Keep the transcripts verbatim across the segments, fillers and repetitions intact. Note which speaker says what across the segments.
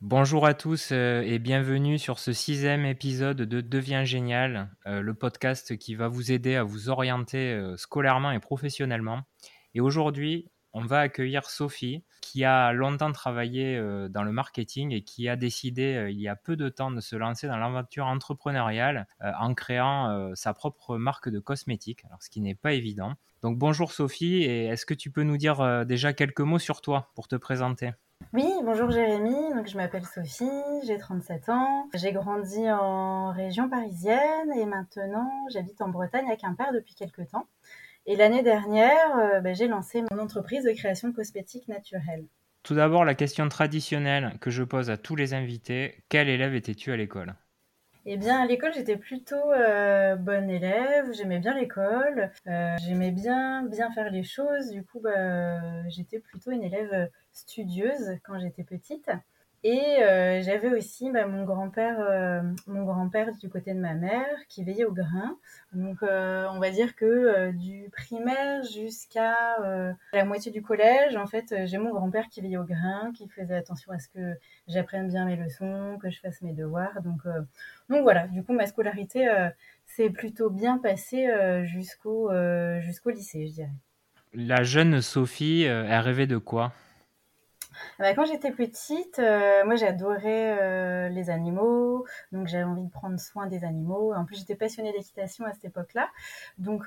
Speaker 1: Bonjour à tous euh, et bienvenue sur ce sixième épisode de Deviens génial, euh, le podcast qui va vous aider à vous orienter euh, scolairement et professionnellement. Et aujourd'hui, on va accueillir Sophie, qui a longtemps travaillé euh, dans le marketing et qui a décidé euh, il y a peu de temps de se lancer dans l'aventure entrepreneuriale euh, en créant euh, sa propre marque de cosmétiques, alors ce qui n'est pas évident. Donc bonjour Sophie, et est-ce que tu peux nous dire euh, déjà quelques mots sur toi pour te présenter ?
Speaker 2: Oui, bonjour Jérémy, donc je m'appelle Sophie, j'ai trente-sept ans, j'ai grandi en région parisienne et maintenant j'habite en Bretagne à Quimper depuis quelques temps. Et l'année dernière, euh, bah, j'ai lancé mon entreprise de création de cosmétiques naturels.
Speaker 1: Tout d'abord, la question traditionnelle que je pose à tous les invités, quel élève étais-tu à l'école ?
Speaker 2: Eh bien, à l'école, j'étais plutôt euh, bonne élève, j'aimais bien l'école, euh, j'aimais bien bien faire les choses, du coup, bah, j'étais plutôt une élève studieuse quand j'étais petite. Et euh, j'avais aussi bah, mon grand-père, euh, mon grand-père du côté de ma mère qui veillait au grain. Donc, euh, on va dire que euh, du primaire jusqu'à euh, la moitié du collège, en fait, euh, j'ai mon grand-père qui veillait au grain, qui faisait attention à ce que j'apprenne bien mes leçons, que je fasse mes devoirs. Donc, euh, donc voilà. Du coup, ma scolarité euh, s'est plutôt bien passée euh, jusqu'au euh, jusqu'au lycée, je dirais.
Speaker 1: La jeune Sophie, euh, elle rêvait de quoi ?
Speaker 2: Ah bah, quand j'étais petite, euh, moi j'adorais euh, les animaux, donc j'avais envie de prendre soin des animaux. En plus, j'étais passionnée d'équitation à cette époque-là. Donc,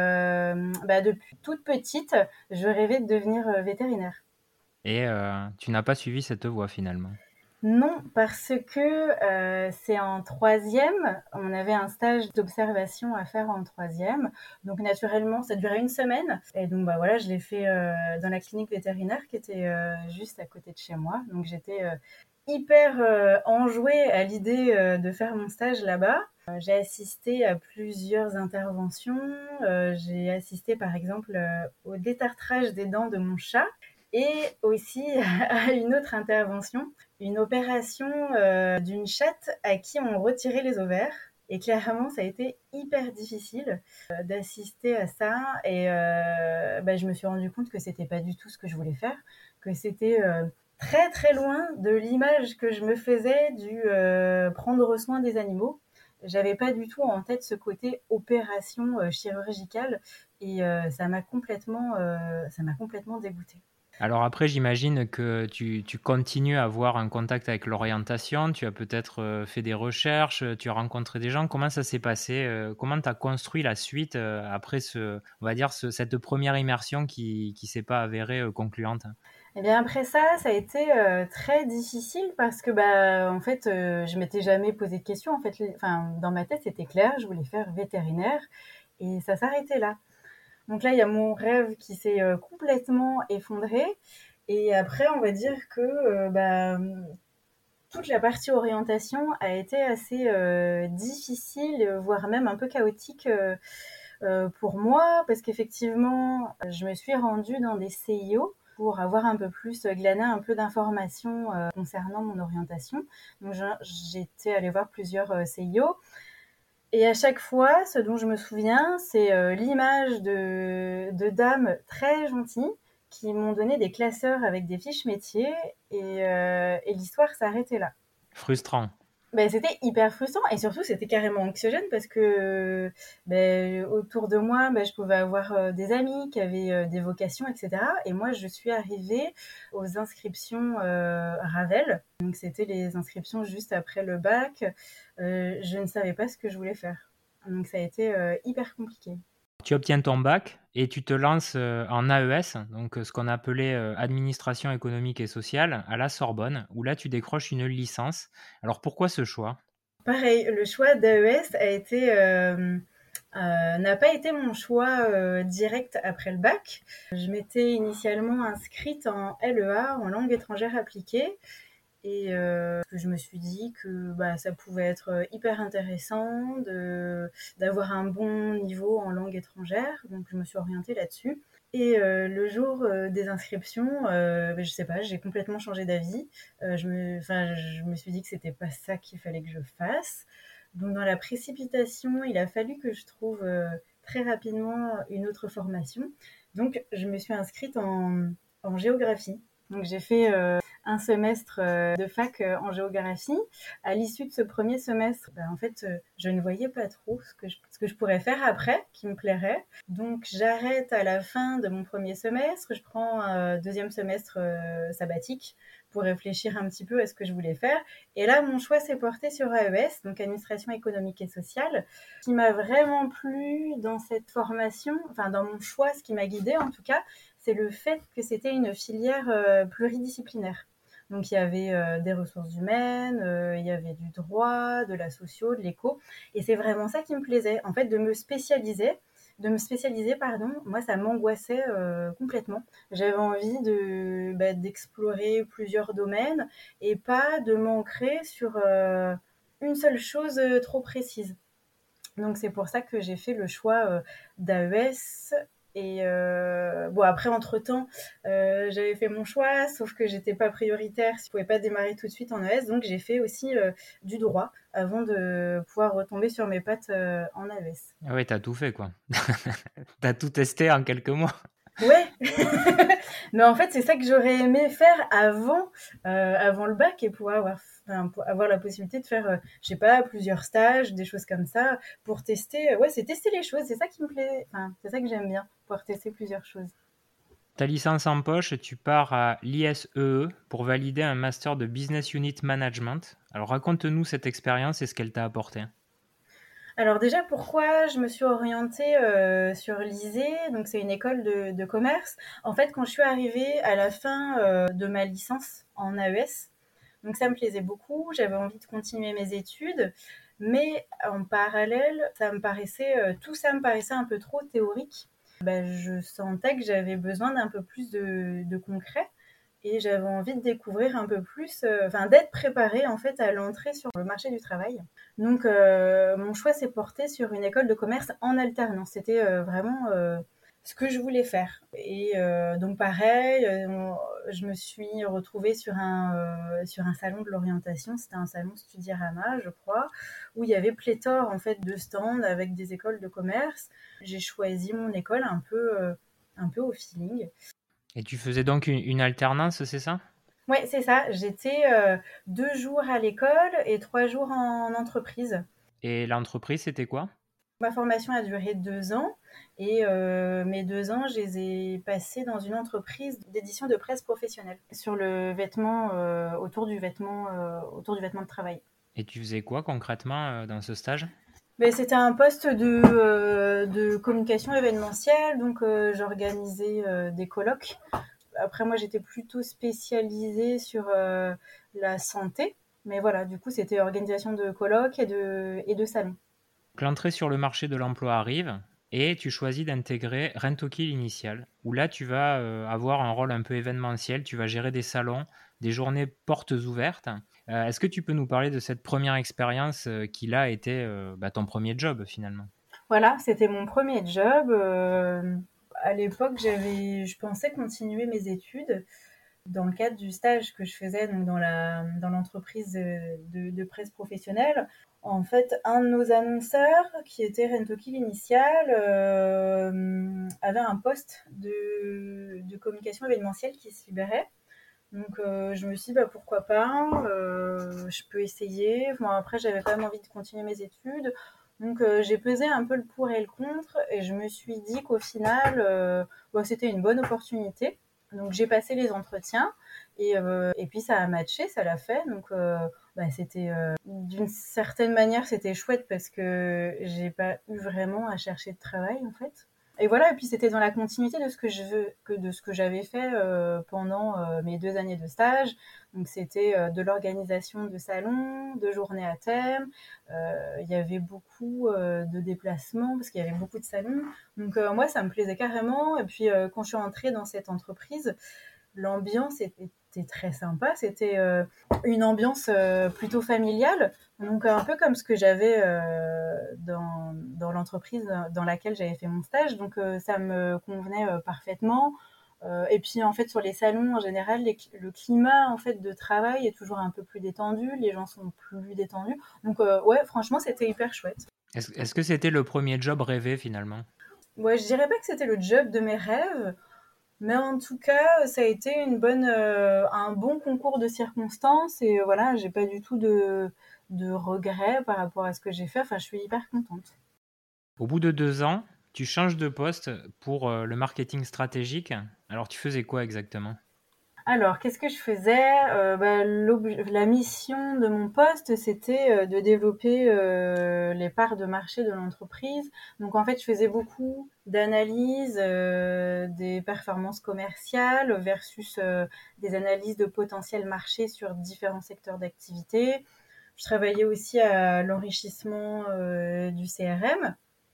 Speaker 2: euh, bah, depuis toute petite, je rêvais de devenir euh, vétérinaire.
Speaker 1: Et euh, tu n'as pas suivi cette voie finalement.
Speaker 2: Non, parce que euh, c'est en troisième, on avait un stage d'observation à faire en troisième. Donc naturellement, ça durait une semaine. Et donc bah voilà, je l'ai fait euh, dans la clinique vétérinaire qui était euh, juste à côté de chez moi. Donc j'étais euh, hyper euh, enjouée à l'idée euh, de faire mon stage là-bas. Euh, j'ai assisté à plusieurs interventions. Euh, j'ai assisté par exemple euh, au détartrage des dents de mon chat et aussi à une autre intervention, une opération euh, d'une chatte à qui on retirait les ovaires. Et clairement, ça a été hyper difficile euh, d'assister à ça. Et euh, bah, je me suis rendu compte que c'était pas du tout ce que je voulais faire, que c'était euh, très très loin de l'image que je me faisais du euh, prendre soin des animaux. J'avais pas du tout en tête ce côté opération euh, chirurgicale et euh, ça m'a complètement, euh, ça m'a complètement dégoûtée.
Speaker 1: Alors après, j'imagine que tu, tu continues à avoir un contact avec l'orientation, tu as peut-être euh, fait des recherches, euh, tu as rencontré des gens. Comment ça s'est passé euh, Comment tu as construit la suite euh, après ce, on va dire ce- cette première immersion qui qui s'est pas avérée euh, concluante ?
Speaker 2: Et bien après ça, ça a été euh, très difficile parce que bah en fait, euh, je m'étais jamais posé de questions. En fait, les- enfin dans ma tête c'était clair, je voulais faire vétérinaire et ça s'arrêtait là. Donc là, il y a mon rêve qui s'est euh, complètement effondré. Et après, on va dire que euh, bah, toute la partie orientation a été assez euh, difficile, voire même un peu chaotique euh, euh, pour moi, parce qu'effectivement, je me suis rendue dans des C I O pour avoir un peu plus, euh, glané un peu d'informations euh, concernant mon orientation. Donc j'étais allée voir plusieurs euh, C I O. Et à chaque fois, ce dont je me souviens, c'est euh, l'image de, de dames très gentilles qui m'ont donné des classeurs avec des fiches métiers et, euh, et l'histoire s'arrêtait là.
Speaker 1: Frustrant.
Speaker 2: Ben, c'était hyper frustrant et surtout c'était carrément anxiogène parce que ben, autour de moi ben, je pouvais avoir euh, des amis qui avaient euh, des vocations, etc. Et moi je suis arrivée aux inscriptions euh, Ravel, donc c'était les inscriptions juste après le bac. Euh, je ne savais pas ce que je voulais faire, donc ça a été euh, hyper compliqué.
Speaker 1: Tu obtiens ton bac et tu te lances euh, en A E S, donc euh, ce qu'on appelait euh, administration économique et sociale, à la Sorbonne, où là tu décroches une licence. Alors pourquoi ce choix ?
Speaker 2: Pareil, le choix d'A E S a été euh, euh, n'a pas été mon choix euh, direct après le bac. Je m'étais initialement inscrite en L E A, en langue étrangère appliquée, et euh, je me suis dit que bah, ça pouvait être hyper intéressant de, d'avoir un bon niveau en langue étrangère, donc je me suis orientée là-dessus. Et euh, le jour euh, des inscriptions, euh, bah, je sais pas, j'ai complètement changé d'avis. Euh, je me, enfin, je me suis dit que c'était pas ça qu'il fallait que je fasse. Donc dans la précipitation, il a fallu que je trouve euh, très rapidement une autre formation. Donc je me suis inscrite en, en géographie. Donc j'ai fait euh, un semestre euh, de fac euh, en géographie. À l'issue de ce premier semestre, ben, en fait, euh, je ne voyais pas trop ce que, je, ce que je pourrais faire après, qui me plairait. Donc, j'arrête à la fin de mon premier semestre. Je prends un deuxième semestre euh, sabbatique pour réfléchir un petit peu à ce que je voulais faire. Et là, mon choix s'est porté sur A E S, donc Administration économique et sociale, qui m'a vraiment plu dans cette formation, enfin dans mon choix, ce qui m'a guidée en tout cas, c'est le fait que c'était une filière euh, pluridisciplinaire. Donc il y avait euh, des ressources humaines, euh, il y avait du droit, de la socio, de l'éco, et c'est vraiment ça qui me plaisait, en fait, de me spécialiser. De me spécialiser, pardon, moi ça m'angoissait euh, complètement. J'avais envie de, bah, d'explorer plusieurs domaines et pas de m'ancrer sur euh, une seule chose euh, trop précise. Donc c'est pour ça que j'ai fait le choix euh, d'A E S. Et euh, bon, après, entre-temps, euh, j'avais fait mon choix, sauf que j'étais pas prioritaire, je pouvais pas démarrer tout de suite en A E S, donc j'ai fait aussi euh, du droit avant de pouvoir retomber sur mes pattes euh, en A E S.
Speaker 1: Ah ouais, t'as tout fait, quoi. T'as tout testé en quelques mois.
Speaker 2: Ouais, mais en fait, c'est ça que j'aurais aimé faire avant, euh, avant le bac et pouvoir avoir, enfin, pour avoir la possibilité de faire, euh, je sais pas, plusieurs stages, des choses comme ça, pour tester. Ouais, c'est tester les choses, c'est ça qui me plaît, enfin, c'est ça que j'aime bien, pouvoir tester plusieurs choses.
Speaker 1: Ta licence en poche, tu pars à l'I S E E pour valider un master de Business Unit Management. Alors raconte-nous cette expérience et ce qu'elle t'a apporté.
Speaker 2: Alors déjà, pourquoi je me suis orientée euh, sur l'I S E E, donc c'est une école de, de commerce. En fait, quand je suis arrivée à la fin euh, de ma licence en A E S, donc ça me plaisait beaucoup, j'avais envie de continuer mes études, mais en parallèle, ça me paraissait, euh, tout ça me paraissait un peu trop théorique. Ben, je sentais que j'avais besoin d'un peu plus de, de concret et j'avais envie de découvrir un peu plus, euh, enfin d'être préparée en fait à l'entrée sur le marché du travail. Donc euh, mon choix s'est porté sur une école de commerce en alternance. C'était euh, vraiment euh, ce que je voulais faire. Et euh, donc pareil, euh, je me suis retrouvée sur un, euh, sur un salon de l'orientation, c'était un salon Studirama, je crois, où il y avait pléthore en fait de stands avec des écoles de commerce. J'ai choisi mon école un peu, euh, un peu au feeling.
Speaker 1: Et tu faisais donc une, une alternance, c'est ça?
Speaker 2: Ouais, c'est ça. J'étais euh, deux jours à l'école et trois jours en entreprise.
Speaker 1: Et l'entreprise, c'était quoi?
Speaker 2: Ma formation a duré deux ans et euh, mes deux ans, je les ai passés dans une entreprise d'édition de presse professionnelle sur le vêtement, euh, autour du vêtement, euh, autour du vêtement de travail.
Speaker 1: Et tu faisais quoi concrètement euh, dans ce stage?
Speaker 2: Mais c'était un poste de, euh, de communication événementielle, donc euh, j'organisais euh, des colloques. Après, moi, j'étais plutôt spécialisée sur euh, la santé, mais voilà, du coup, c'était organisation de colloques et de, et de salons.
Speaker 1: Donc, l'entrée sur le marché de l'emploi arrive et tu choisis d'intégrer Rentokil Initial, où là, tu vas euh, avoir un rôle un peu événementiel, tu vas gérer des salons, des journées portes ouvertes. Euh, est-ce que tu peux nous parler de cette première expérience euh, qui là a été euh, bah, ton premier job finalement?
Speaker 2: Voilà, c'était mon premier job. Euh, à l'époque, j'avais, je pensais continuer mes études dans le cadre du stage que je faisais donc dans la dans l'entreprise de, de, de presse professionnelle. En fait, un de nos annonceurs, qui était Rentokil Initial, euh, avait un poste de, de communication événementielle qui se libérait. Donc euh, je me suis dit bah, pourquoi pas, euh, je peux essayer. Bon, après j'avais quand même envie de continuer mes études. Donc euh, j'ai pesé un peu le pour et le contre et je me suis dit qu'au final euh, bah, c'était une bonne opportunité. Donc j'ai passé les entretiens et, euh, et puis ça a matché, ça l'a fait. Donc euh, bah, c'était euh, d'une certaine manière c'était chouette parce que j'ai pas eu vraiment à chercher de travail en fait. Et voilà, et puis c'était dans la continuité de ce que je veux, que de ce que j'avais fait euh, pendant euh, mes deux années de stage. Donc c'était euh, de l'organisation de salons, de journées à thème. Euh, il y avait beaucoup euh, de déplacements parce qu'il y avait beaucoup de salons. Donc euh, moi, ça me plaisait carrément. Et puis euh, quand je suis entrée dans cette entreprise, l'ambiance était très sympa. C'était euh, une ambiance euh, plutôt familiale. Donc un peu comme ce que j'avais euh, dans, dans l'entreprise dans laquelle j'avais fait mon stage. Donc euh, ça me convenait euh, parfaitement. Euh, et puis en fait sur les salons en général, les, le climat en fait de travail est toujours un peu plus détendu. Les gens sont plus détendus. Donc euh, ouais, franchement c'était hyper chouette.
Speaker 1: Est-ce, est-ce que c'était le premier job rêvé finalement?
Speaker 2: Ouais, je dirais pas que c'était le job de mes rêves. Mais en tout cas, ça a été une bonne, euh, un bon concours de circonstances et euh, voilà, j'ai pas du tout de, de regrets par rapport à ce que j'ai fait. Enfin, je suis hyper contente.
Speaker 1: Au bout de deux ans, tu changes de poste pour euh, le marketing stratégique. Alors, tu faisais quoi exactement?
Speaker 2: Alors, qu'est-ce que je faisais? Euh, bah, l'obje- la mission de mon poste, c'était euh, de développer euh, les parts de marché de l'entreprise. Donc, en fait, je faisais beaucoup d'analyses euh, des performances commerciales versus euh, des analyses de potentiel marché sur différents secteurs d'activité. Je travaillais aussi à l'enrichissement euh, du C R M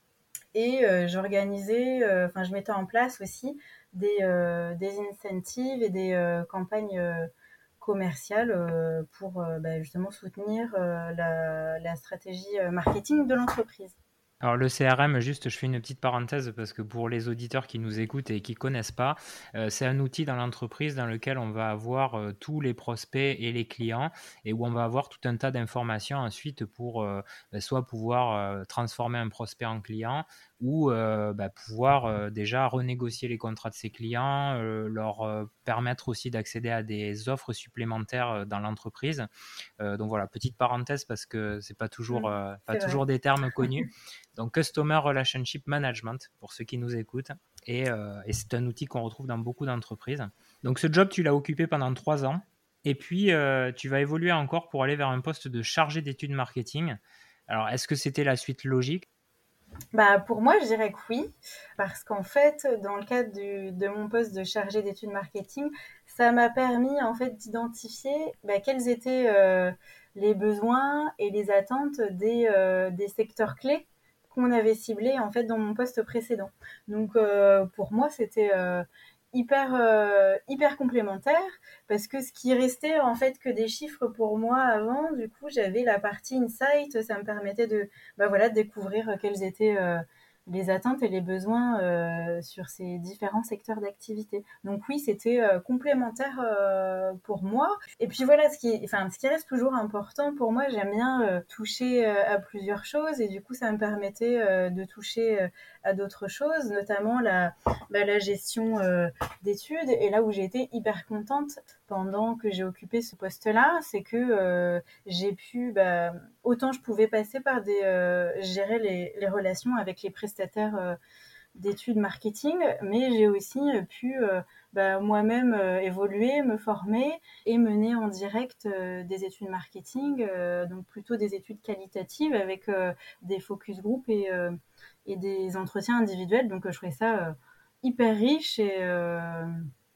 Speaker 2: et euh, j'organisais, euh, enfin, je mettais en place aussi des, euh, des incentives et des euh, campagnes euh, commerciales euh, pour euh, bah, justement soutenir euh, la, la stratégie euh, marketing de l'entreprise.
Speaker 1: Alors le C R M, juste je fais une petite parenthèse parce que pour les auditeurs qui nous écoutent et qui ne connaissent pas, euh, c'est un outil dans l'entreprise dans lequel on va avoir euh, tous les prospects et les clients et où on va avoir tout un tas d'informations ensuite pour euh, bah, soit pouvoir euh, transformer un prospect en client ou euh, bah, pouvoir euh, déjà renégocier les contrats de ses clients, euh, leur euh, permettre aussi d'accéder à des offres supplémentaires euh, dans l'entreprise. Euh, donc voilà, petite parenthèse parce que c'est pas toujours,
Speaker 2: Mmh,
Speaker 1: euh, pas
Speaker 2: c'est vrai.
Speaker 1: toujours des termes connus. Donc Customer Relationship Management pour ceux qui nous écoutent. Et, euh, et c'est un outil qu'on retrouve dans beaucoup d'entreprises. Donc ce job, tu l'as occupé pendant trois ans. Et puis, euh, tu vas évoluer encore pour aller vers un poste de chargé d'études marketing. Alors, est-ce que c'était la suite logique?
Speaker 2: Bah, pour moi, je dirais que oui, parce qu'en fait, dans le cadre du, de mon poste de chargé d'études marketing, ça m'a permis en fait d'identifier bah, quels étaient euh, les besoins et les attentes des, euh, des secteurs clés qu'on avait ciblés en fait dans mon poste précédent. Donc euh, pour moi, c'était euh, hyper euh, hyper complémentaire parce que ce qui restait en fait que des chiffres pour moi avant, du coup, j'avais la partie insight, ça me permettait de bah voilà, de découvrir quelles étaient euh, les attentes et les besoins euh, sur ces différents secteurs d'activité. Donc oui, c'était euh, complémentaire euh, pour moi. Et puis voilà, ce qui, enfin, ce qui reste toujours important pour moi, j'aime bien euh, toucher euh, à plusieurs choses et du coup, ça me permettait euh, de toucher euh, à d'autres choses, notamment la, bah, la gestion euh, d'études. Et là où j'ai été hyper contente pendant que j'ai occupé ce poste-là, c'est que euh, j'ai pu bah, autant je pouvais passer par des euh, gérer les, les relations avec les prestataires euh, d'études marketing, mais j'ai aussi euh, pu euh, bah, moi-même euh, évoluer, me former et mener en direct euh, des études marketing, euh, donc plutôt des études qualitatives avec euh, des focus group et, euh, et des entretiens individuels. Donc je trouvais ça euh, hyper riche et, euh,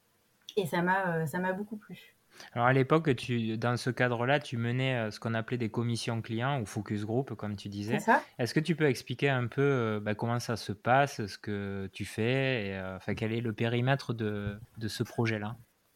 Speaker 2: et ça m'a euh, ça m'a beaucoup plu.
Speaker 1: Alors à l'époque, tu, dans ce cadre-là, tu menais euh, ce qu'on appelait des commissions clients ou focus group, comme tu
Speaker 2: C'est
Speaker 1: disais.
Speaker 2: ça.
Speaker 1: Est-ce que tu peux expliquer un peu euh, bah, comment ça se passe, ce que tu fais, et, euh, enfin, quel est le périmètre de, de ce projet-là?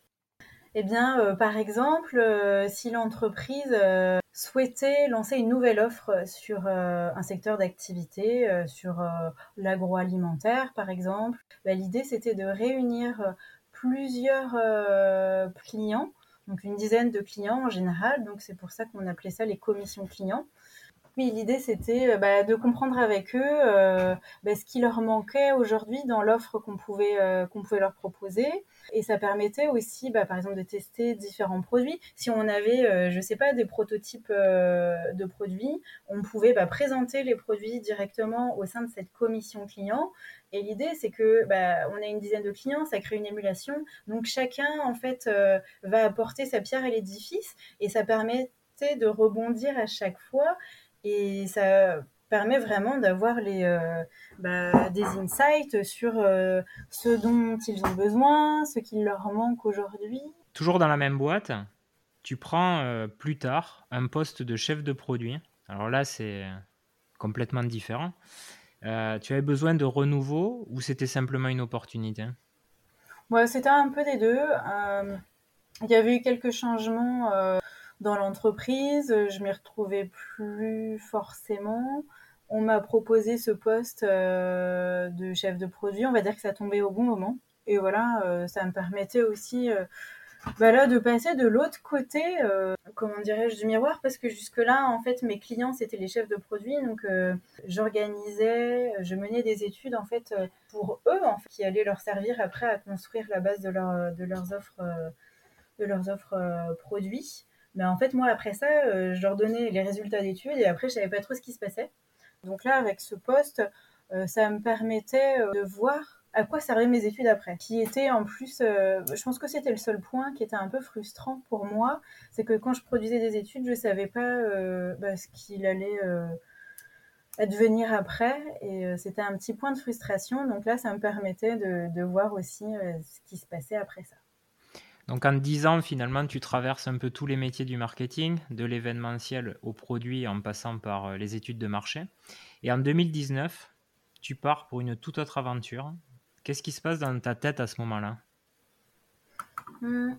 Speaker 2: Eh bien, euh, par exemple, euh, si l'entreprise euh, souhaitait lancer une nouvelle offre sur euh, un secteur d'activité, euh, sur euh, l'agroalimentaire, par exemple, bah, l'idée c'était de réunir euh, plusieurs euh, clients, donc une dizaine de clients en général, donc c'est pour ça qu'on appelait ça les commissions clients. Oui, l'idée c'était euh, bah, de comprendre avec eux euh, bah, ce qui leur manquait aujourd'hui dans l'offre qu'on pouvait euh, qu'on pouvait leur proposer, et ça permettait aussi, bah, par exemple, de tester différents produits. Si on avait, euh, je sais pas, des prototypes euh, de produits, on pouvait bah, présenter les produits directement au sein de cette commission client. Et l'idée c'est que bah, on a une dizaine de clients, ça crée une émulation, donc chacun en fait euh, va apporter sa pierre à l'édifice, et ça permettait de rebondir à chaque fois et ça permet vraiment d'avoir les, euh, bah, des insights sur euh, ce dont ils ont besoin, ce qui leur manque aujourd'hui.
Speaker 1: Toujours dans la même boîte, tu prends euh, plus tard un poste de chef de produit. Alors là, c'est complètement différent. Euh, tu avais besoin de renouveau ou c'était simplement une opportunité?
Speaker 2: Ouais, c'était un peu des deux. Euh, il y avait eu quelques changements euh, dans l'entreprise, je m'y retrouvais plus forcément. On m'a proposé ce poste euh, de chef de produit, on va dire que ça tombait au bon moment. Et voilà, euh, ça me permettait aussi euh, Bah là, de passer de l'autre côté, euh, comment dirais-je, du miroir, parce que jusque-là, en fait, mes clients, c'était les chefs de produits, donc euh, j'organisais, je menais des études, en fait, euh, pour eux, en fait, qui allaient leur servir après à construire la base de, leur, de leurs offres, euh, de leurs offres euh, produits. Mais en fait, moi, après ça, euh, je leur donnais les résultats d'études et après, je savais pas trop ce qui se passait. Donc là, avec ce poste, euh, ça me permettait euh, de voir à quoi servaient mes études après. Qui était en plus, euh, je pense que c'était le seul point qui était un peu frustrant pour moi, c'est que quand je produisais des études, je savais pas euh, bah, ce qu'il allait euh, advenir après, et euh, c'était un petit point de frustration. Donc là, ça me permettait de, de voir aussi euh, ce qui se passait après ça.
Speaker 1: Donc en dix ans, finalement, tu traverses un peu tous les métiers du marketing, de l'événementiel au produit en passant par euh, les études de marché. Et en deux mille dix-neuf, tu pars pour une toute autre aventure. Qu'est-ce qui se passe dans ta tête à ce moment-là?
Speaker 2: Hmm.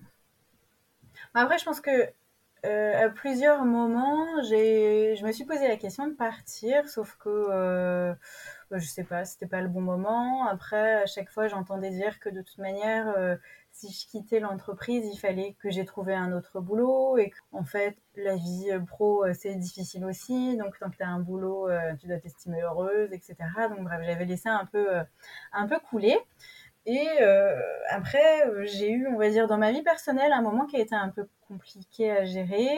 Speaker 2: Après, je pense que euh, à plusieurs moments, j'ai, je me suis posé la question de partir, sauf que euh, bah, je sais pas, c'était pas le bon moment. Après, à chaque fois, j'entendais dire que de toute manière, euh, si je quittais l'entreprise, il fallait que j'ai trouvé un autre boulot et qu'en fait, la vie pro, euh, c'est difficile aussi. Donc, tant que tu as un boulot, euh, tu dois t'estimer heureuse, et cetera. Donc, bref, j'avais laissé un peu, euh, un peu couler. Et euh, après, euh, j'ai eu, on va dire, dans ma vie personnelle, un moment qui a été un peu compliqué à gérer.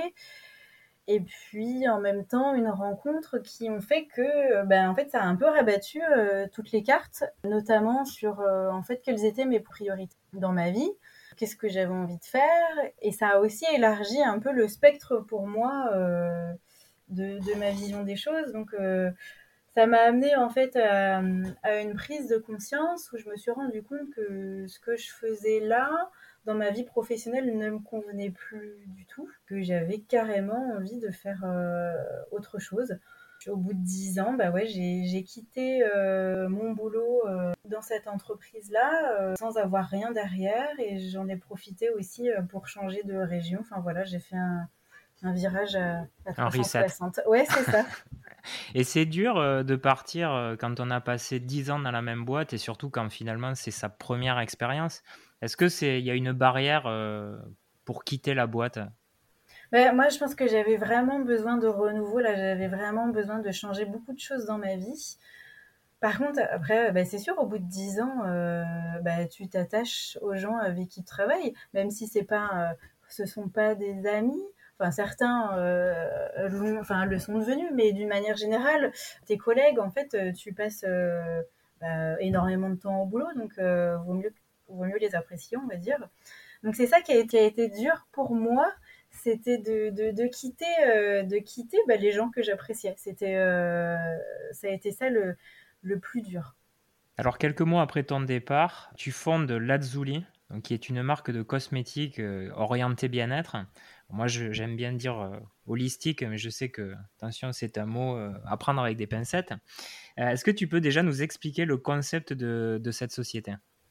Speaker 2: Et puis, en même temps, une rencontre qui ont fait que, ben, en fait, ça a un peu rabattu euh, toutes les cartes, notamment sur, euh, en fait, quelles étaient mes priorités dans ma vie, qu'est-ce que j'avais envie de faire. Et ça a aussi élargi un peu le spectre pour moi euh, de, de ma vision des choses. Donc, euh, ça m'a amené en fait à, à une prise de conscience où je me suis rendu compte que ce que je faisais là, dans ma vie professionnelle, ne me convenait plus du tout, que j'avais carrément envie de faire euh, autre chose. Au bout de dix ans, bah ouais, j'ai, j'ai quitté euh, mon boulot euh, dans cette entreprise-là euh, sans avoir rien derrière, et j'en ai profité aussi euh, pour changer de région. Enfin voilà, j'ai fait un, un virage à, à
Speaker 1: Un reset.
Speaker 2: trois cent soixante. Ouais, c'est ça.
Speaker 1: Et c'est dur euh, de partir euh, quand on a passé dix ans dans la même boîte et surtout quand finalement c'est sa première expérience. Est-ce que c'est, il y a une barrière euh, pour quitter la boîte?
Speaker 2: Ouais, moi, je pense que j'avais vraiment besoin de renouveau. Là, j'avais vraiment besoin de changer beaucoup de choses dans ma vie. Par contre, après, bah, c'est sûr, au bout de dix ans, euh, bah, tu t'attaches aux gens avec qui tu travailles, même si c'est pas, euh, ce sont pas des amis. Enfin, certains euh, l'ont- enfin, le sont devenus, mais d'une manière générale, tes collègues, en fait, euh, tu passes euh, bah, énormément de temps au boulot, donc euh, vaut mieux, vaut mieux les apprécier, on va dire. Donc c'est ça qui a, qui a été dur pour moi, c'était de, de, de quitter, euh, de quitter bah, les gens que j'appréciais. C'était, euh, ça a été ça le, le plus dur.
Speaker 1: Alors quelques mois après ton départ, tu fondes Lazuli, donc qui est une marque de cosmétiques euh, orientée bien-être. Moi, je- j'aime bien dire euh, holistique, mais je sais que, attention, c'est un mot euh, à prendre avec des pincettes. Euh, est-ce que tu peux déjà nous expliquer le concept de, de cette société?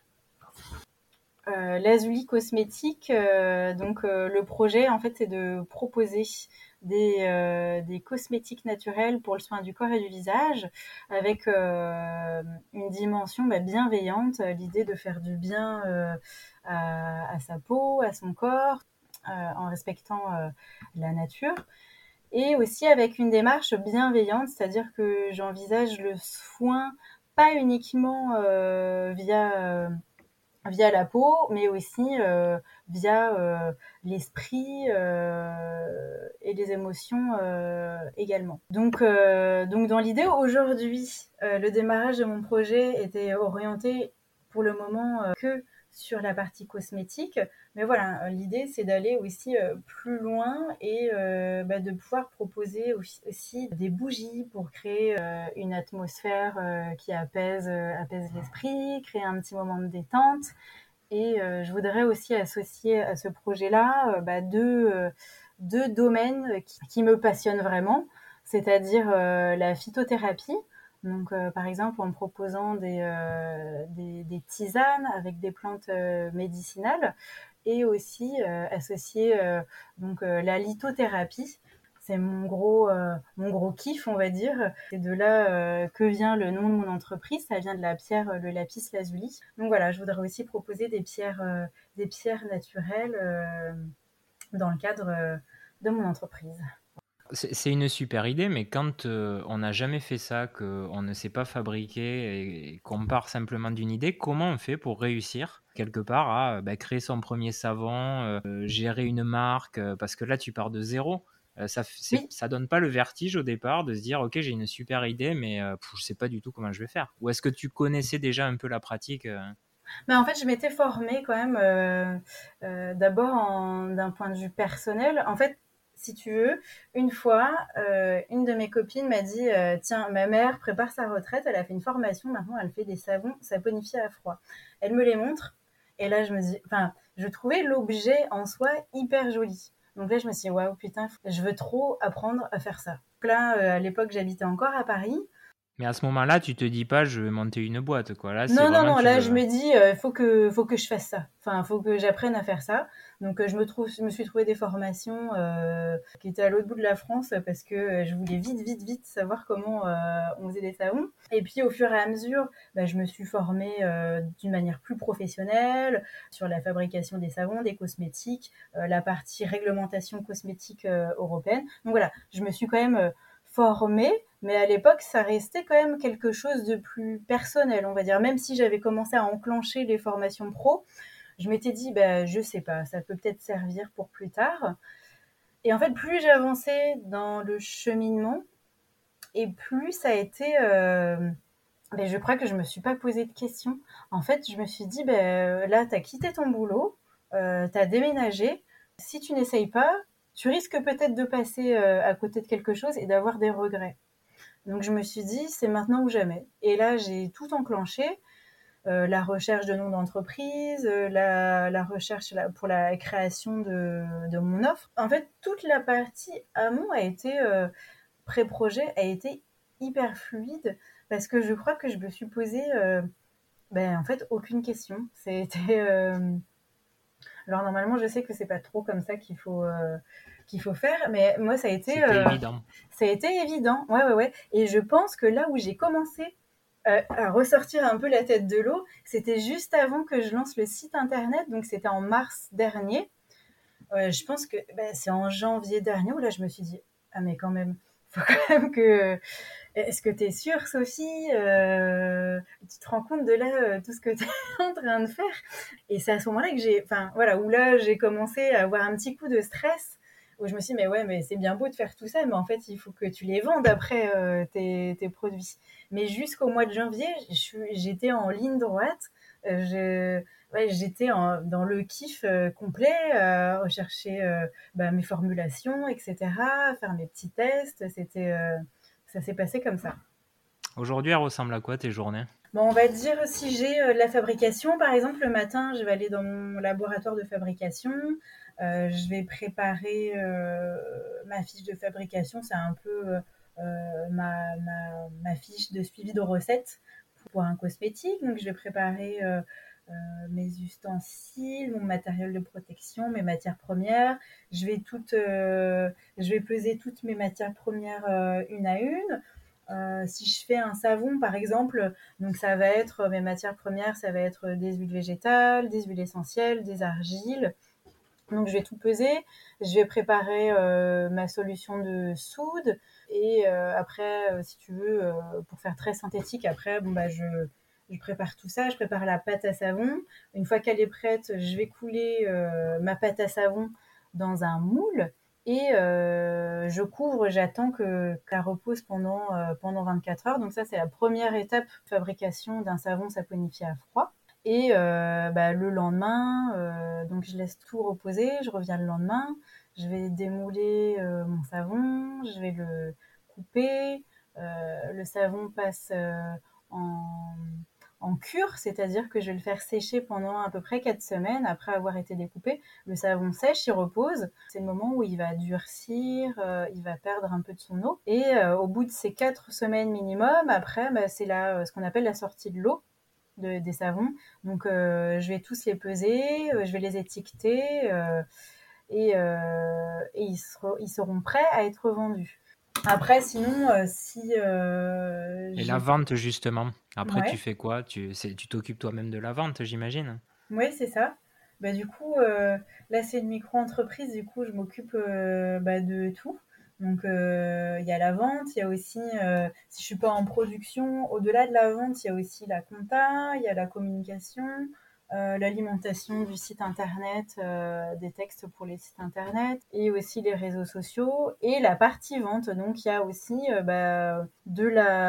Speaker 2: Euh, Lazuli Cosmétique, euh, donc euh, le projet en fait c'est de proposer des, euh, des cosmétiques naturels pour le soin du corps et du visage avec euh, une dimension bah, bienveillante, l'idée de faire du bien euh, à, à sa peau, à son corps, euh, en respectant euh, la nature. Et aussi avec une démarche bienveillante, c'est-à-dire que j'envisage le soin pas uniquement euh, via euh, via la peau, mais aussi euh, via euh, l'esprit euh, et les émotions euh, également. Donc, euh, donc dans l'idée, aujourd'hui, euh, le démarrage de mon projet était orienté pour le moment euh, que sur la partie cosmétique. Mais voilà, l'idée, c'est d'aller aussi euh, plus loin et euh, bah, de pouvoir proposer aussi des bougies pour créer euh, une atmosphère euh, qui apaise, euh, apaise l'esprit, créer un petit moment de détente. Et euh, je voudrais aussi associer à ce projet-là euh, bah, deux, euh, deux domaines qui, qui me passionnent vraiment, c'est-à-dire euh, la phytothérapie. Donc, euh, par exemple, en proposant des, euh, des, des tisanes avec des plantes euh, médicinales, et aussi euh, associer euh, donc euh, la lithothérapie, c'est mon gros, euh, mon gros kiff, on va dire. C'est de là euh, que vient le nom de mon entreprise. Ça vient de la pierre, euh, le lapis lazuli. Donc voilà, je voudrais aussi proposer des pierres, euh, des pierres naturelles euh, dans le cadre euh, de mon entreprise.
Speaker 1: C'est c'est une super idée, mais quand euh, on n'a jamais fait ça, qu'on ne sait pas fabriquer et qu'on part simplement d'une idée, comment on fait pour réussir quelque part à bah, créer son premier savon, euh, gérer une marque, euh, parce que là tu pars de zéro. Euh, ça, f- c'est-
Speaker 2: Oui,
Speaker 1: ça donne pas le vertige au départ de se dire ok j'ai une super idée, mais euh, pff, je sais pas du tout comment je vais faire. Ou est-ce que tu connaissais déjà un peu la pratique euh
Speaker 2: mais en fait, je m'étais formée quand même euh, euh, d'abord en- d'un point de vue personnel. En fait, si tu veux, une fois, euh, une de mes copines m'a dit euh, tiens, ma mère prépare sa retraite, elle a fait une formation, maintenant elle fait des savons saponifiés à froid. Elle me les montre, et là je me dis, enfin, je trouvais l'objet en soi hyper joli. Donc là, je me suis dit waouh, putain, je veux trop apprendre à faire ça. Donc là, euh, à l'époque, j'habitais encore à Paris.
Speaker 1: Mais à ce moment-là, tu te dis pas je vais monter une boîte quoi. Là c'est
Speaker 2: Non, non,
Speaker 1: vraiment
Speaker 2: non,
Speaker 1: tu
Speaker 2: là, je
Speaker 1: veux.
Speaker 2: me dis, euh, faut que, faut que je fasse ça. Enfin, faut que j'apprenne à faire ça. Donc, euh, je me trouve, je me suis trouvé des formations euh, qui étaient à l'autre bout de la France parce que euh, je voulais vite, vite, vite savoir comment euh, on faisait des savons. Et puis, au fur et à mesure, bah, je me suis formée euh, d'une manière plus professionnelle sur la fabrication des savons, des cosmétiques, euh, la partie réglementation cosmétique euh, européenne. Donc voilà, je me suis quand même euh, formée, mais à l'époque, ça restait quand même quelque chose de plus personnel, on va dire. Même si j'avais commencé à enclencher les formations pro, je m'étais dit, bah, je sais pas, ça peut peut-être servir pour plus tard. Et en fait, plus j'avançais dans le cheminement, et plus ça a été... Euh, ben, je crois que je me suis pas posé de questions. En fait, je me suis dit, ben, là, tu as quitté ton boulot, euh, tu as déménagé. Si tu n'essayes pas, tu risques peut-être de passer euh, à côté de quelque chose et d'avoir des regrets. Donc je me suis dit, c'est maintenant ou jamais. Et là, j'ai tout enclenché. Euh, la recherche de nom d'entreprise, euh, la, la recherche la, pour la création de, de mon offre. En fait, toute la partie amont a été, euh, pré-projet, a été hyper fluide parce que je crois que je me suis posé, euh, ben, en fait, aucune question. C'était... Euh... Alors normalement, je sais que c'est pas trop comme ça qu'il faut... Euh, qu'il faut faire, mais moi ça a été
Speaker 1: C'était
Speaker 2: euh,
Speaker 1: évident.
Speaker 2: ça a été évident, ouais, ouais, ouais. Et je pense que là où j'ai commencé euh, à ressortir un peu la tête de l'eau, c'était juste avant que je lance le site internet, donc c'était en mars dernier. Euh, je pense que bah, c'est en janvier dernier où là je me suis dit, ah mais quand même, faut quand même que... Est-ce que t'es sûre, Sophie euh, Tu te rends compte de là, euh, tout ce que t'es en train de faire. Et c'est à ce moment-là que j'ai... Enfin, voilà, où là, j'ai commencé à avoir un petit coup de stress où je me suis dit, mais ouais, mais c'est bien beau de faire tout ça, mais en fait, il faut que tu les vendes après euh, tes, tes produits. Mais jusqu'au mois de janvier, je suis- j'étais en ligne droite. Euh, je, ouais, j'étais en- dans le kiff euh, complet, à rechercher euh, bah, mes formulations, et cetera, faire mes petits tests. C'était, euh, ça s'est passé comme ça.
Speaker 1: Aujourd'hui, elle ressemble à quoi tes journées?
Speaker 2: Bon, on va dire si j'ai euh, de la fabrication, par exemple, le matin, je vais aller dans mon laboratoire de fabrication. Euh, je vais préparer euh, ma fiche de fabrication. C'est un peu euh, ma, ma, ma fiche de suivi de recettes pour un cosmétique. Donc, je vais préparer euh, euh, mes ustensiles, mon matériel de protection, mes matières premières. Je vais, toutes, euh, je vais peser toutes mes matières premières euh, une à une. Euh, si je fais un savon, par exemple, donc ça va être mes matières premières, ça va être des huiles végétales, des huiles essentielles, des argiles. Donc je vais tout peser, je vais préparer euh, ma solution de soude et euh, après, euh, si tu veux, euh, pour faire très synthétique, après, bon bah je je prépare tout ça, je prépare la pâte à savon. Une fois qu'elle est prête, je vais couler euh, ma pâte à savon dans un moule et euh, je couvre, j'attends que qu'elle repose pendant euh, pendant vingt-quatre heures. Donc ça c'est la première étape de fabrication d'un savon saponifié à froid. Et euh, bah, le lendemain, euh, donc je laisse tout reposer, je reviens le lendemain, je vais démouler euh, mon savon, je vais le couper, euh, le savon passe euh, en, en cure, c'est-à-dire que je vais le faire sécher pendant à peu près quatre semaines après avoir été découpé. Le savon sèche, il repose, c'est le moment où il va durcir, euh, il va perdre un peu de son eau. Et euh, au bout de ces quatre semaines minimum, après, bah, c'est là, ce qu'on appelle la sortie de l'eau. De, des savons. Donc, euh, je vais tous les peser, euh, je vais les étiqueter. Euh, et, euh, et ils, seront, ils seront prêts à être vendus. Après, sinon, euh, si euh,
Speaker 1: Et la
Speaker 2: j'ai...
Speaker 1: vente, justement, après, tu
Speaker 2: Ouais,
Speaker 1: fais quoi? Tu, c'est, tu t'occupes toi-même de la vente, j'imagine?
Speaker 2: ouais, c'est ça. Bah, du coup, euh, là, c'est une micro-entreprise, du coup, je m'occupe euh, bah, de tout. Donc, euh, il y a la vente, il y a aussi, euh, si je suis pas en production, au-delà de la vente, il y a aussi la compta, il y a la communication, euh, l'alimentation du site internet, euh, des textes pour les sites internet, et aussi les réseaux sociaux, et la partie vente. Donc, il y a aussi euh, bah, de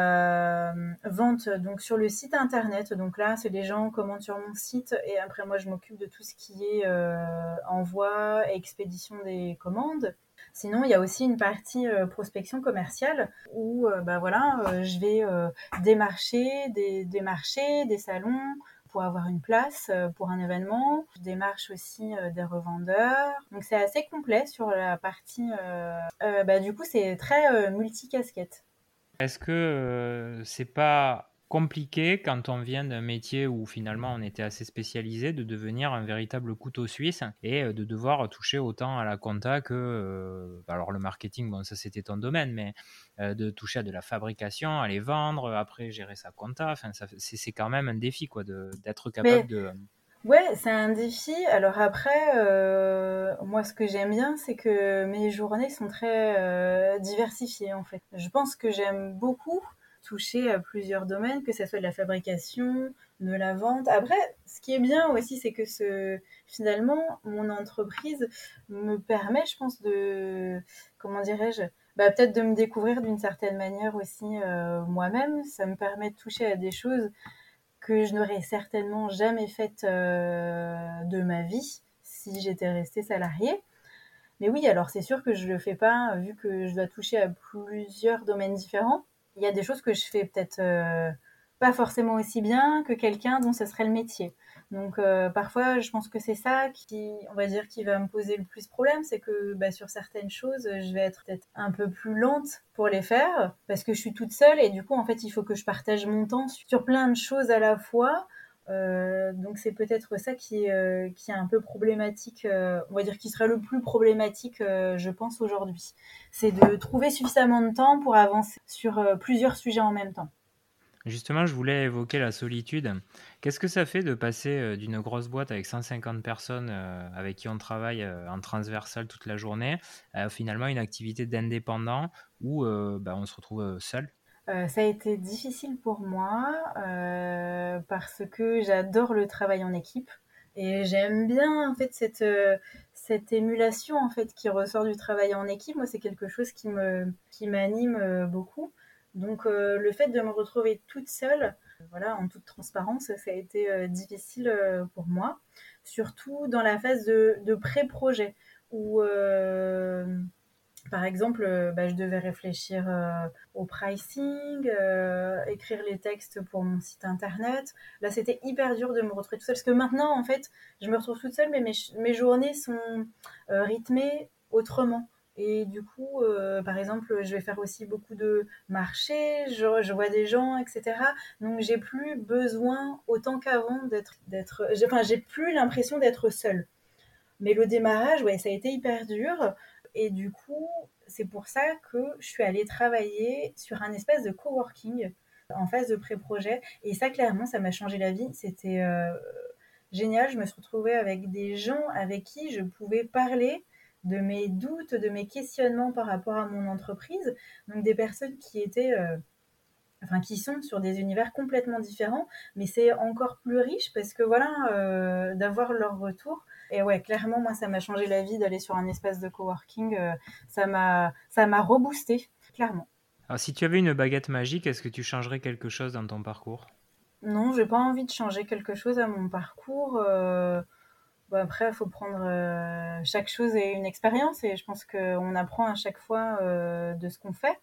Speaker 2: la vente donc sur le site internet. Donc là, c'est les gens commandent sur mon site, et après, moi, je m'occupe de tout ce qui est euh, envoi et expédition des commandes. Sinon, il y a aussi une partie euh, prospection commerciale où euh, bah voilà, euh, je vais euh, démarcher des, des marchés, des salons pour avoir une place euh, pour un événement. Je démarche aussi euh, des revendeurs. Donc c'est assez complet sur la partie. Euh, euh, bah, du coup, c'est très euh, multicasquette.
Speaker 1: Est-ce que euh, c'est pas compliqué quand on vient d'un métier où finalement on était assez spécialisé de devenir un véritable couteau suisse et euh, de devoir toucher autant à la compta que, euh, alors le marketing, bon ça c'était ton domaine, mais euh, de toucher à de la fabrication, à les vendre, après gérer sa compta, enfin ça, c'est, c'est quand même un défi quoi, de, d'être capable
Speaker 2: Mais
Speaker 1: de...
Speaker 2: ouais, c'est un défi. Alors après, euh, moi, ce que j'aime bien, c'est que mes journées sont très euh, diversifiées, en fait. Je pense que j'aime beaucoup toucher à plusieurs domaines, que ce soit de la fabrication, de la vente. Après, ce qui est bien aussi, c'est que ce, finalement, mon entreprise me permet, je pense, de, comment dirais-je, bah, peut-être de me découvrir d'une certaine manière aussi euh, moi-même. Ça me permet de toucher à des choses que je n'aurais certainement jamais faite euh, de ma vie si j'étais restée salariée. Mais oui, alors c'est sûr que je le fais pas, vu que je dois toucher à plusieurs domaines différents. Il y a des choses que je fais peut-être euh, pas forcément aussi bien que quelqu'un dont ce serait le métier. Donc euh, parfois, je pense que c'est ça qui, on va dire, qui va me poser le plus problème, c'est que bah, sur certaines choses, je vais être peut-être un peu plus lente pour les faire parce que je suis toute seule et du coup, en fait, il faut que je partage mon temps sur plein de choses à la fois. Euh, donc c'est peut-être ça qui, euh, qui est un peu problématique, euh, on va dire qui serait le plus problématique, euh, je pense, aujourd'hui. C'est de trouver suffisamment de temps pour avancer sur euh, plusieurs sujets en même temps.
Speaker 1: Justement, je voulais évoquer la solitude. Qu'est-ce que ça fait de passer euh, d'une grosse boîte avec cent cinquante personnes euh, avec qui on travaille euh, en transversal toute la journée à finalement une activité d'indépendant où euh, bah, on se retrouve euh, seul?
Speaker 2: Euh, ça a été difficile pour moi euh, parce que j'adore le travail en équipe et j'aime bien en fait cette euh, cette émulation en fait qui ressort du travail en équipe. Moi, c'est quelque chose qui me qui m'anime euh, beaucoup. Donc euh, le fait de me retrouver toute seule, voilà, en toute transparence, ça a été euh, difficile euh, pour moi, surtout dans la phase de, de pré-projet où euh, par exemple, euh, bah, je devais réfléchir euh, au pricing, euh, écrire les textes pour mon site internet. Là, c'était hyper dur de me retrouver toute seule. Parce que maintenant, en fait, je me retrouve toute seule, mais mes, mes journées sont euh, rythmées autrement. Et du coup, euh, par exemple, je vais faire aussi beaucoup de marchés, je, je vois des gens, et cetera. Donc, j'ai plus besoin, autant qu'avant, d'être, d'être, j'ai- enfin, j'ai plus l'impression d'être seule. Mais le démarrage, ouais, ça a été hyper dur. Et du coup, c'est pour ça que je suis allée travailler sur un espèce de coworking en phase de pré-projet. Et ça, clairement, ça m'a changé la vie. C'était euh, génial. Je me suis retrouvée avec des gens avec qui je pouvais parler de mes doutes, de mes questionnements par rapport à mon entreprise. Donc des personnes qui étaient euh, enfin qui sont sur des univers complètement différents, mais c'est encore plus riche parce que voilà, euh, d'avoir leur retour. Et ouais, clairement, moi, ça m'a changé la vie d'aller sur un espace de coworking. Euh, ça m'a, ça m'a reboosté, clairement.
Speaker 1: Alors, si tu avais une baguette magique, est-ce que tu changerais quelque chose dans ton parcours?
Speaker 2: Non, j'ai pas envie de changer quelque chose à mon parcours. Euh, bon, après, il faut prendre euh, chaque chose et une expérience, et je pense qu'on apprend à chaque fois euh, de ce qu'on fait.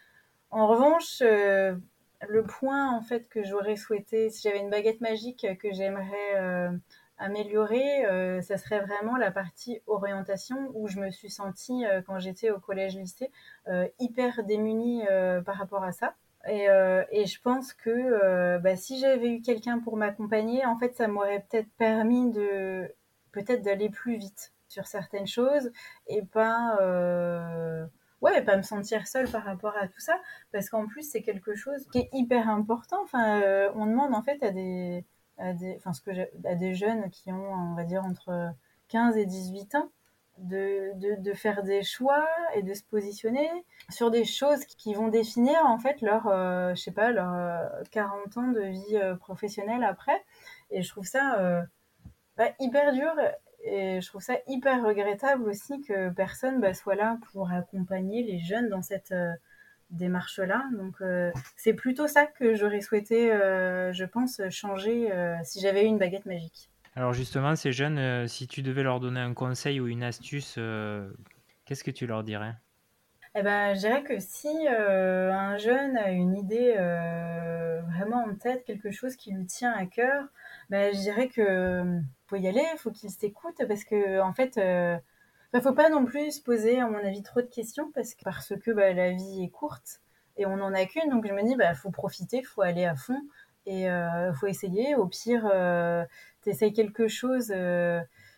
Speaker 2: En revanche, euh, le point en fait que j'aurais souhaité, si j'avais une baguette magique que j'aimerais euh, améliorer, euh, ça serait vraiment la partie orientation où je me suis sentie euh, quand j'étais au collège-lycée euh, hyper démunie euh, par rapport à ça. Et, euh, et je pense que euh, bah, si j'avais eu quelqu'un pour m'accompagner, en fait, ça m'aurait peut-être permis de peut-être d'aller plus vite sur certaines choses et pas... Euh, ouais, pas me sentir seule par rapport à tout ça, parce qu'en plus, c'est quelque chose qui est hyper important. Enfin, euh, on demande en fait à des, à des, enfin, ce que j'ai, à des jeunes qui ont, on va dire, entre quinze et dix-huit ans, de, de, de faire des choix et de se positionner sur des choses qui vont définir en fait leur, euh, je sais pas, leur euh, quarante ans de vie euh, professionnelle après. Et je trouve ça euh, bah, hyper dur. Et je trouve ça hyper regrettable aussi que personne bah, soit là pour accompagner les jeunes dans cette euh, démarche-là. Donc euh, c'est plutôt ça que j'aurais souhaité, euh, je pense, changer euh, si j'avais eu une baguette magique.
Speaker 1: Alors justement, ces jeunes, euh, si tu devais leur donner un conseil ou une astuce, euh, qu'est-ce que tu leur dirais ?
Speaker 2: Eh ben, je dirais que si euh, un jeune a une idée euh, vraiment en tête, quelque chose qui lui tient à cœur, ben, je dirais que faut y aller, faut qu'il s'écoute parce que en fait, euh, ben, faut pas non plus se poser, à mon avis, trop de questions parce que parce que bah, la vie est courte et on en a qu'une, donc je me dis bah faut profiter, faut aller à fond et euh, faut essayer. Au pire, euh, t'essayes quelque chose. Euh,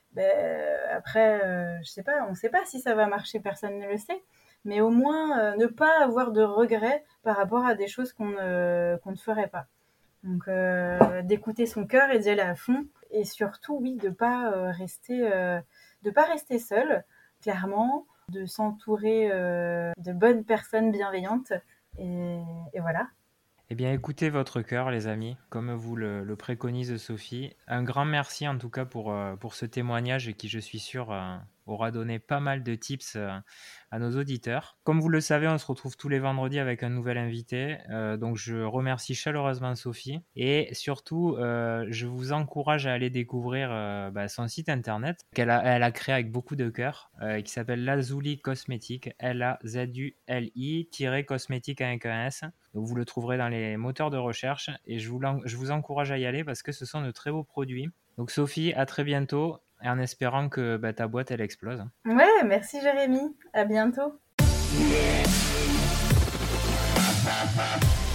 Speaker 2: ben, après, euh, je sais pas, on sait pas si ça va marcher, personne ne le sait. Mais au moins euh, ne pas avoir de regrets par rapport à des choses qu'on ne, qu'on ne ferait pas. Donc euh, d'écouter son cœur et d'y aller à fond. Et surtout, oui, de pas euh, rester, euh, de pas rester seul, clairement, de s'entourer euh, de bonnes personnes bienveillantes. Et, et voilà.
Speaker 1: Eh bien, écoutez votre cœur, les amis, comme vous le, le préconise Sophie. Un grand merci en tout cas pour, euh, pour ce témoignage qui, je suis sûr, euh, aura donné pas mal de tips euh, à nos auditeurs. Comme vous le savez, on se retrouve tous les vendredis avec un nouvel invité. Euh, donc, je remercie chaleureusement Sophie. Et surtout, euh, je vous encourage à aller découvrir euh, bah, son site internet qu'elle a, elle a créé avec beaucoup de cœur, euh, qui s'appelle Lazuli Cosmétique, L A Z U L I, cosmétique avec un S. Donc, vous le trouverez dans les moteurs de recherche et je vous, je vous encourage à y aller parce que ce sont de très beaux produits. Donc Sophie, à très bientôt et en espérant que bah, ta boîte elle explose.
Speaker 2: Ouais, merci Jérémy. À bientôt.